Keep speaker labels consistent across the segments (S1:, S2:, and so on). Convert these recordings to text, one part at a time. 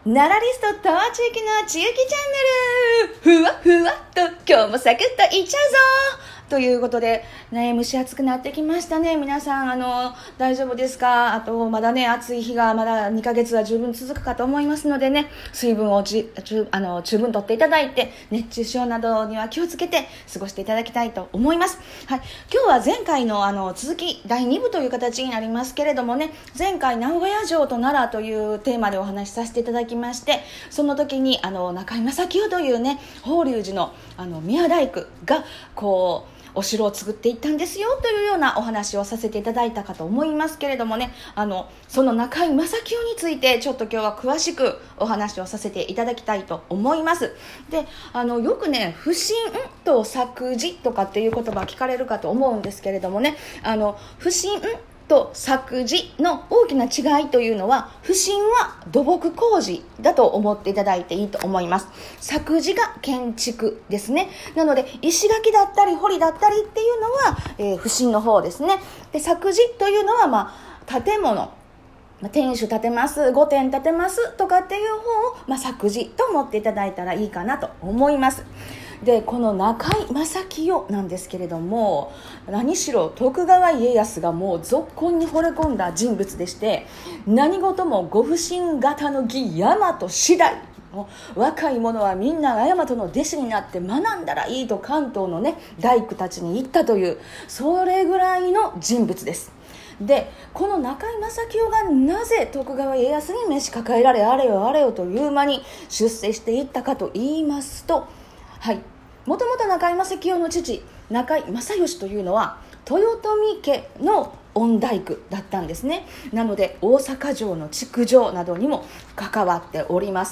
S1: ナラリストと地域のちゆきチャンネル、ふわふわっと今日もサクッといっちゃうぞということで、ね、蒸し暑くなってきましたね。皆さん大丈夫ですか？あとまだね、暑い日がまだ2ヶ月は十分続くかと思いますのでね、水分を十分とっていただいて、熱中症などには気をつけて過ごしていただきたいと思います。はい、今日は前回の続き第2部という形になりますけれどもね、前回名古屋城と奈良というテーマでお話しさせていただきまして、その時に中井正清というね、法隆寺の宮大工がこうお城を作っていったんですよというようなお話をさせていただいたかと思いますけれどもね、その中井正清についてちょっと今日は詳しくお話をさせていただきたいと思います。で、よくね、不審と作事とかっていう言葉聞かれるかと思うんですけれどもね、不審と作事の大きな違いというのは、不審は土木工事だと思っていただいていいと思います。作事が建築ですね。なので石垣だったり堀だったりっていうのは、不審の方ですね。で、作事というのは、建物、天守建てます、御殿建てますとかっていう方を、作事と思っていただいたらいいかなと思います。で、この中井正清なんですけれども、何しろ徳川家康がもうぞっこんに惚れ込んだ人物でして、何事もご不審型の義大和次第、若い者はみんな大和の弟子になって学んだらいいと関東のね、大工たちに言ったという、それぐらいの人物です。で、この中井正清がなぜ徳川家康に召し抱えられ、あれよあれよという間に出世していったかと言いますと、もともと中井正清の父中井正義というのは豊臣家の御大工だったんですね。なので大阪城の築城などにも関わっております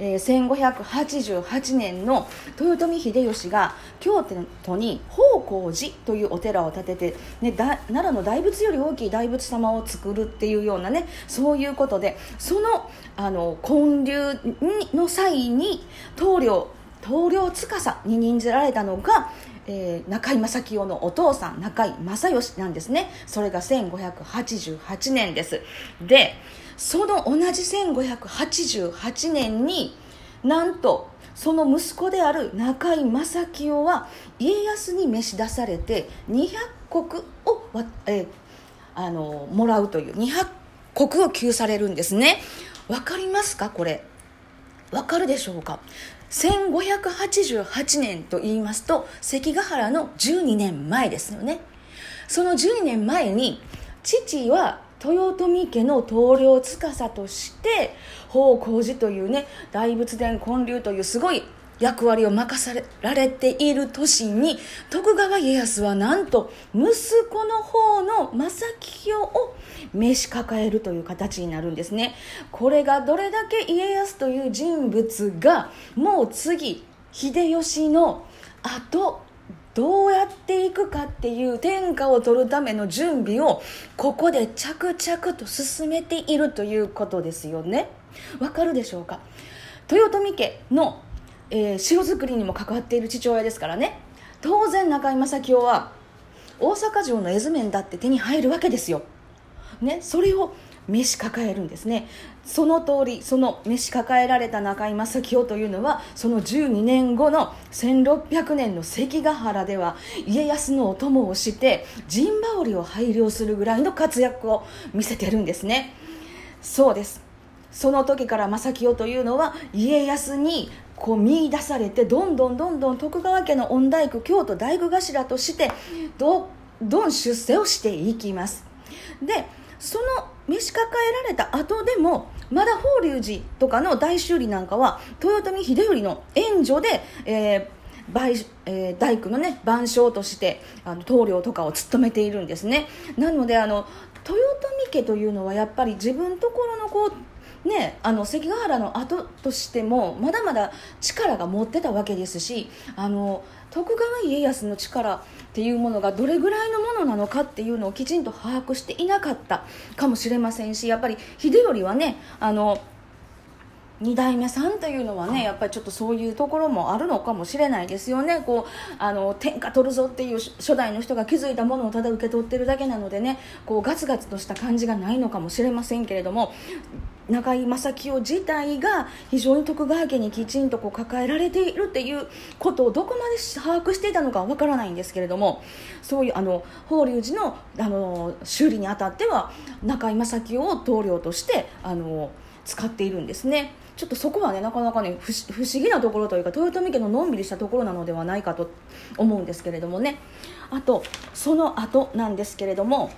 S1: 。1588年の豊臣秀吉が京都に宝光寺というお寺を建てて、奈良の大仏より大きい大仏様を作るっていうようなね、そういうことで、その建立の際に棟梁司に任じられたのが、中井正清のお父さん中井正義なんですね。それが1588年です。で、その同じ1588年になんとその息子である中井正清は家康に召し出されて200石をもらうという、200石を給されるんですね。わかりますか？これわかるでしょうか？1588年と言いますと関ヶ原の12年前ですよね。その12年前に父は豊臣家の棟梁司として宝光寺というね、大仏殿建立というすごい役割を任さられている年に、徳川家康はなんと息子の方の正清を召し抱えるという形になるんですね。これがどれだけ家康という人物がもう次秀吉の後どうやっていくかっていう天下を取るための準備をここで着々と進めているということですよね。わかるでしょうか？豊臣家の城作りにも関わっている父親ですからね。当然中井正清は大阪城の絵図面だって手に入るわけですよ、それを召し抱えるんですね。その通り、その召し抱えられた中井正清というのはその12年後の1600年の関ヶ原では家康のお供をして陣羽織を拝領するぐらいの活躍を見せてるんですね。そうです。その時から正清というのは家康に見出されて、どんどん徳川家の御大工、京都大工頭としてどんどん出世をしていきます。で、その召し抱えられた後でもまだ法隆寺とかの大修理なんかは豊臣秀頼の援助で、大工のね、番匠として棟梁とかを務めているんですね。なので豊臣家というのはやっぱり自分ところの関ヶ原の後としてもまだまだ力が持ってたわけですし、徳川家康の力っていうものがどれぐらいのものなのかっていうのをきちんと把握していなかったかもしれませんし、やっぱり秀頼はね、 2代目さんというのはね、やっぱりちょっとそういうところもあるのかもしれないですよね。こう天下取るぞっていう初代の人が築いたものをただ受け取ってるだけなのでね、こうガツガツとした感じがないのかもしれませんけれども、中井正清自体が非常に徳川家にきちんとこう抱えられているっていうことをどこまで把握していたのかわからないんですけれども、そういう法隆寺の修理にあたっては中井正清を棟梁として使っているんですね。ちょっとそこはね、なかなかね不思議なところというか、豊臣家ののんびりしたところなのではないかと思うんですけれどもね。あとその後なんですけれども、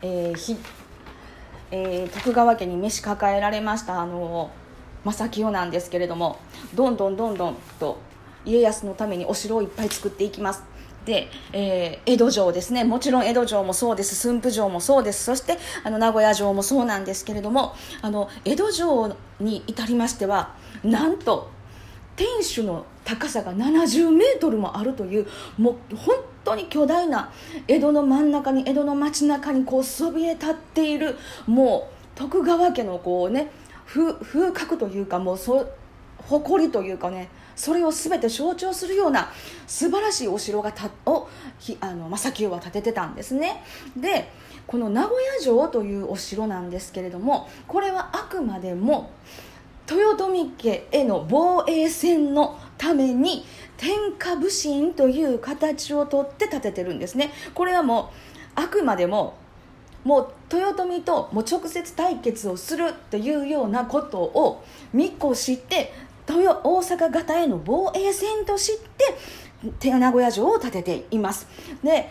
S1: 徳川家に召し抱えられました正清なんですけれども、どんどんと家康のためにお城をいっぱい作っていきます。で、江戸城ですね、もちろん江戸城もそうです、駿府城もそうです、そして名古屋城もそうなんですけれども、江戸城に至りましては、なんと天守の高さが70メートルもあるという、もう本当に巨大な江戸の真ん中に、江戸の街中にこうそびえ立っている、もう徳川家のこうね風格というか、もう誇りというかね、それを全て象徴するような素晴らしいお城を正清は建ててたんですね。でこの名古屋城というお城なんですけれども、これはあくまでも豊臣家への防衛戦のために天下武神という形をとって建ててるんですね。これはもうあくまでも豊臣ともう直接対決をするというようなことを見越して大阪方への防衛戦として名古屋城を建てています。で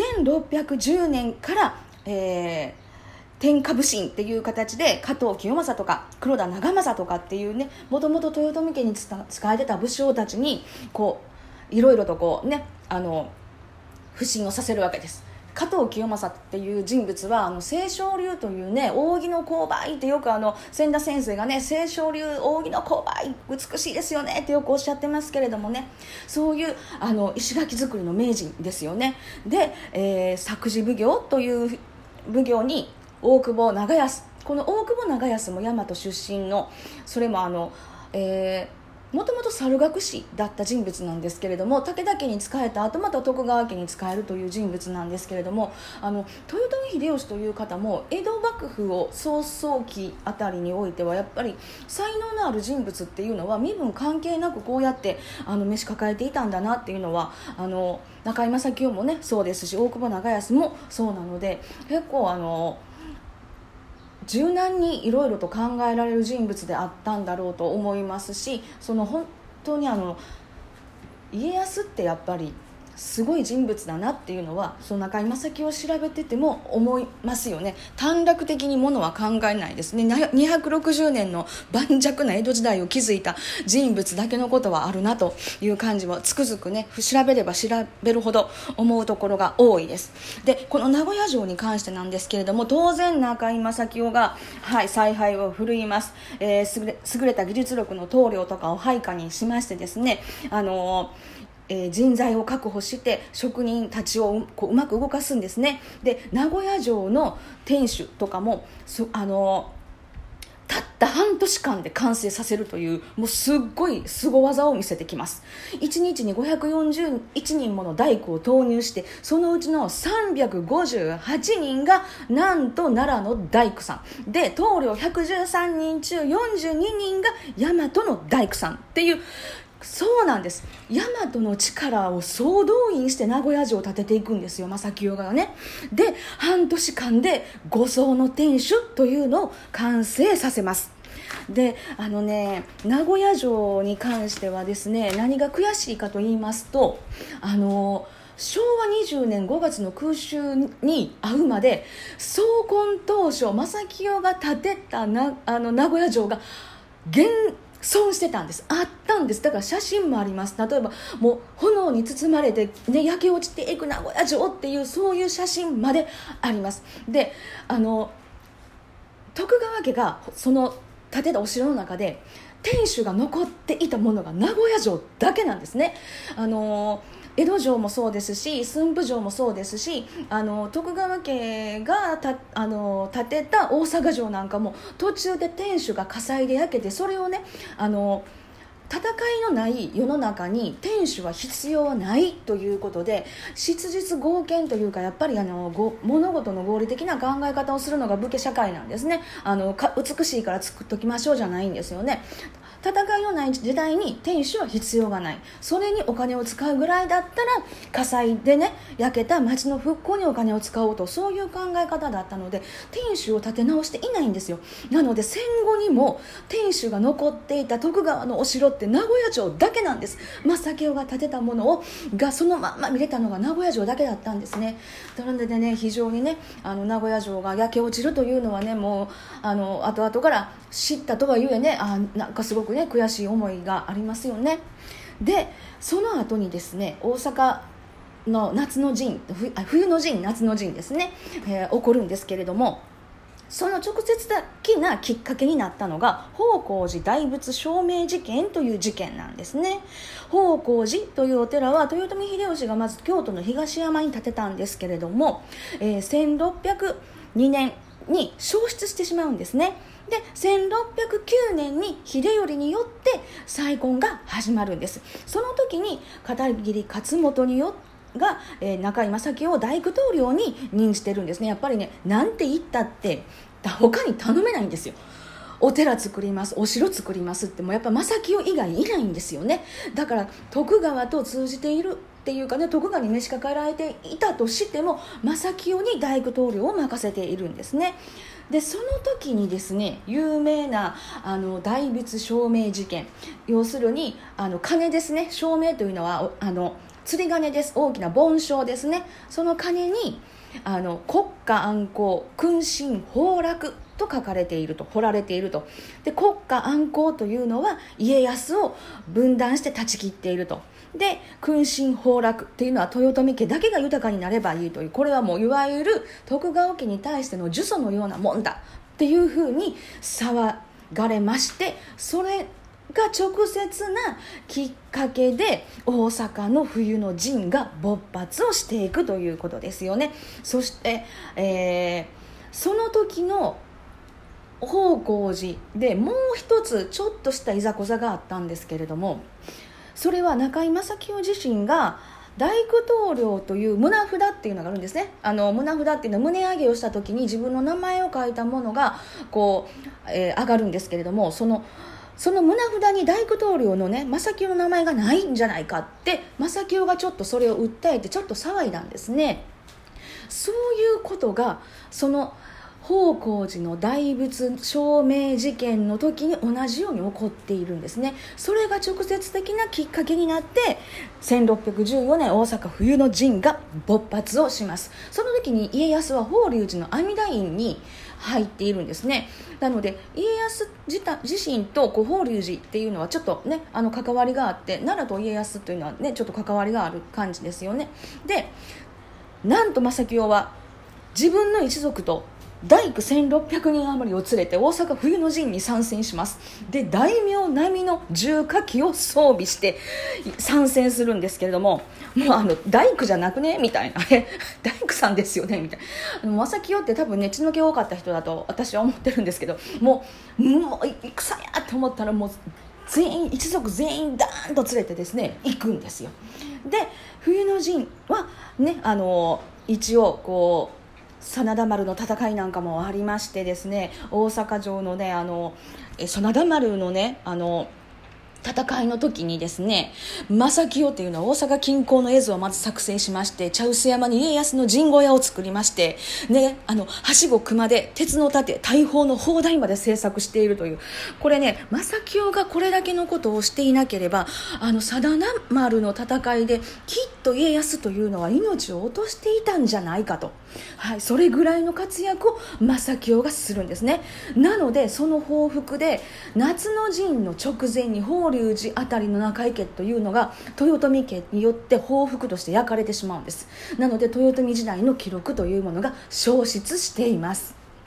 S1: 1610年から、天下武神っていう形で加藤清正とか黒田長政とかっていうね、もともと豊臣家に仕えてた武将たちにこういろいろとこうね不信をさせるわけです。加藤清正っていう人物は清少流というね、扇の勾配ってよく千田先生がね、清少流扇の勾配美しいですよねってよくおっしゃってますけれどもね、そういう石垣作りの名人ですよね。で、作事奉行という奉行に大久保長康、この大久保長康も大和出身の、それももともと猿楽師だった人物なんですけれども、武田家に仕えた後また徳川家に仕えるという人物なんですけれども、豊臣秀吉という方も江戸幕府を創創期あたりにおいてはやっぱり才能のある人物っていうのは身分関係なくこうやって召し抱えていたんだなっていうのは中井正清もねそうですし、大久保長康もそうなので、結構柔軟にいろいろと考えられる人物であったんだろうと思いますし、本当に家康ってやっぱりすごい人物だなっていうのはその中井正清を調べてても思いますよね。短絡的にものは考えないですね。260年の盤石な江戸時代を築いた人物だけのことはあるなという感じはつくづくね、調べれば調べるほど思うところが多いです。でこの名古屋城に関してなんですけれども、当然中井正清が、采配を振るいます。優れた技術力の棟梁とかを配下にしましてですね、人材を確保して職人たちをうまく動かすんですね。で名古屋城の天守とかもたった半年間で完成させるという、もうすっごい凄技を見せてきます。1日に541人もの大工を投入して、そのうちの358人がなんと奈良の大工さんで、棟梁113人中42人が大和の大工さんっていう、そうなんです。大和の力を総動員して名古屋城を建てていくんですよ、正清がね。で半年間で5層の天守というのを完成させます。で名古屋城に関してはですね、何が悔しいかと言いますと、昭和20年5月の空襲に遭うまで創建当初正清が建てた名古屋城が損してたんです。あったんです。だから写真もあります。例えばもう炎に包まれて、焼け落ちていく名古屋城っていう、そういう写真まであります。で徳川家がその建てたお城の中で天守が残っていたものが名古屋城だけなんですね。江戸城もそうですし、駿府城もそうですし、徳川家が建てた大阪城なんかも途中で天守が火災で焼けて、それをね戦いのない世の中に天守は必要はないということで、質実剛健というか、やっぱり物事の合理的な考え方をするのが武家社会なんですね。美しいから作っときましょうじゃないんですよね。戦いのない時代に天守は必要がない、それにお金を使うぐらいだったら火災でね焼けた町の復興にお金を使おうと、そういう考え方だったので天守を建て直していないんですよ。なので戦後にも天守が残っていた徳川のお城って名古屋城だけなんです。正清が建てたものがそのまんま見れたのが名古屋城だけだったんですね。なのでね、非常にね名古屋城が焼け落ちるというのはね、もう後々から知ったとはいえね、なんかすごくね悔しい思いがありますよね。でその後にですね、大阪の夏の陣、冬の陣夏の陣ですね、起こるんですけれども、その直接的なきっかけになったのが宝光寺大仏証明事件という事件なんですね。宝光寺というお寺は豊臣秀吉がまず京都の東山に建てたんですけれども、1602年に焼失してしまうんですね。で1609年に秀頼によって再建が始まるんです。その時に片桐勝元によって中井正樹を大工棟梁に任じてるんですね。やっぱりね、なんて言ったって他に頼めないんですよ。お寺作ります、お城作りますってもうやっぱ正清以外いないんですよね。だから徳川と通じているっていうかね、徳川に召し抱えられていたとしても正清に大工棟梁を任せているんですね。でその時にですね、有名な大仏証明事件、要するに鐘ですね。証明というのは釣り鐘です。大きな盆鐘ですね。その鐘に国家安康君臣崩落と書かれていると、彫られていると。で国家安康というのは家康を分断して断ち切っていると。で君臣崩落っていうのは豊臣家だけが豊かになればいいという、これはもういわゆる徳川家に対しての呪詛のようなもんだっていうふうに騒がれまして、それが直接なきっかけで大阪の冬の陣が勃発をしていくということですよね。そして、その時の宝光寺でもう一つちょっとしたいざこざがあったんですけれども、それは中井正清自身が大工棟梁という胸札っていうのがあるんですね。胸札っていうのは胸上げをした時に自分の名前を書いたものがこう、上がるんですけれども、その胸札に大工棟梁のね正清の名前がないんじゃないかって正清がちょっとそれを訴えてちょっと騒いだんですね。そういうことがその宝光寺の大仏証明事件の時に同じように起こっているんですね。それが直接的なきっかけになって1614年大阪冬の陣が勃発をします。その時に家康は法隆寺の阿弥陀院に入っているんですね。なので家康自身と法隆寺っていうのはちょっとね関わりがあって、奈良と家康というのはねちょっと関わりがある感じですよね。でなんと正清は自分の一族と大工1600人余りを連れて大阪冬の陣に参戦します。で大名並みの重火器を装備して参戦するんですけれども、もう大工じゃなくねみたいな大工さんですよねみたいな。正清って多分ね血の気多かった人だと私は思ってるんですけど、もう戦やと思ったらもう一族全員ダーンと連れてですね行くんですよ。で冬の陣はね一応こう真田丸の戦いなんかもありましてですね、大阪城のね真田丸のね戦いの時にですね、正清っていうのは大阪近郊の絵図をまず作成しまして、茶臼山に家康の陣小屋を作りまして、ね、はしご熊で鉄の盾大砲の砲台まで製作しているという、これね正清がこれだけのことをしていなければ真田丸の戦いできっと家康というのは命を落としていたんじゃないかと、はい、それぐらいの活躍を正清がするんですね。なのでその報復で夏の陣の直前に法隆寺あたりの中井家というのが豊臣家によって報復として焼かれてしまうんです。なので豊臣時代の記録というものが消失しています。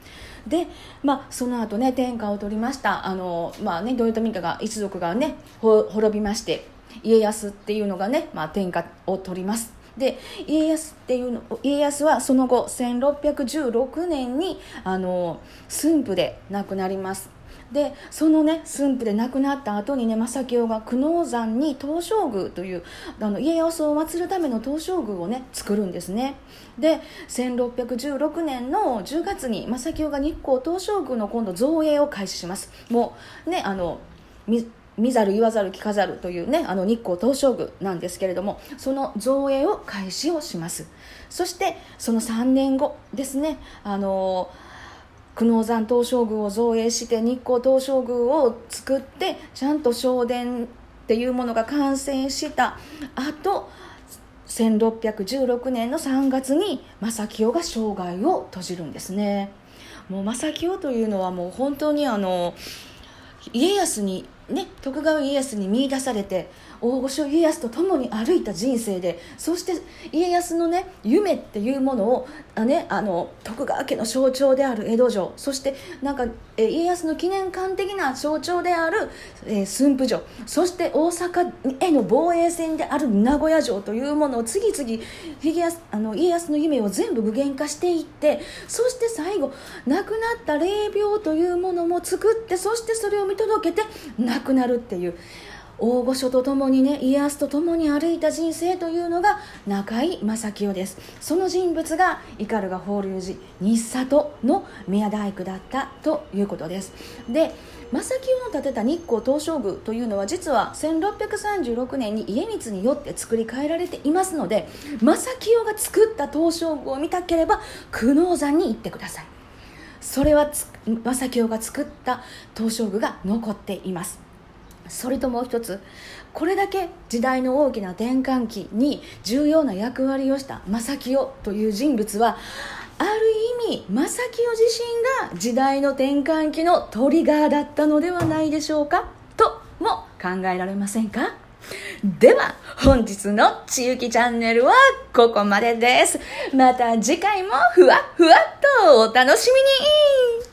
S1: で、その後ね天下を取りました。豊臣家が一族がね滅びまして、家康っていうのがね、天下を取ります。で家康はその後1616年に駿府で亡くなります。でそのね駿府で亡くなった後にね、正清が久能山に東照宮という家康を祀るための東照宮をね作るんですね。で1616年の10月に正清が日光東照宮の今度造営を開始します。もうね見ざる言わざる聞かざるというね日光東照宮なんですけれども、その造営を開始をします。そしてその3年後ですね、久能山東照宮を造営して日光東照宮を作ってちゃんと正殿っていうものが完成した後、1616年の3月に正清が生涯を閉じるんですね。もう正清というのはもう本当に家康にね、徳川家康に見出されて大御所家康と共に歩いた人生で、そして家康のね夢っていうものを徳川家の象徴である江戸城、そして家康の記念館的な象徴である、駿府城、そして大阪への防衛戦である名古屋城というものを次々家康の夢を全部具現化していって、そして最後亡くなった霊廟というものも作って、そしてそれを見届けて亡くなるっていう、大御所とともにね家康とともに歩いた人生というのが中井正清です。その人物が斑鳩法隆寺日里の宮大工だったということです。で正清の建てた日光東照宮というのは実は1636年に家光によって作り変えられていますので、正清が作った東照宮を見たければ久能山に行ってください。それは正清が作った東照宮が残っています。それともう一つ、これだけ時代の大きな転換期に重要な役割をした正清という人物は、ある意味正清自身が時代の転換期のトリガーだったのではないでしょうかとも考えられませんか。では本日のちゆきチャンネルはここまでです。また次回もふわふわっとお楽しみに。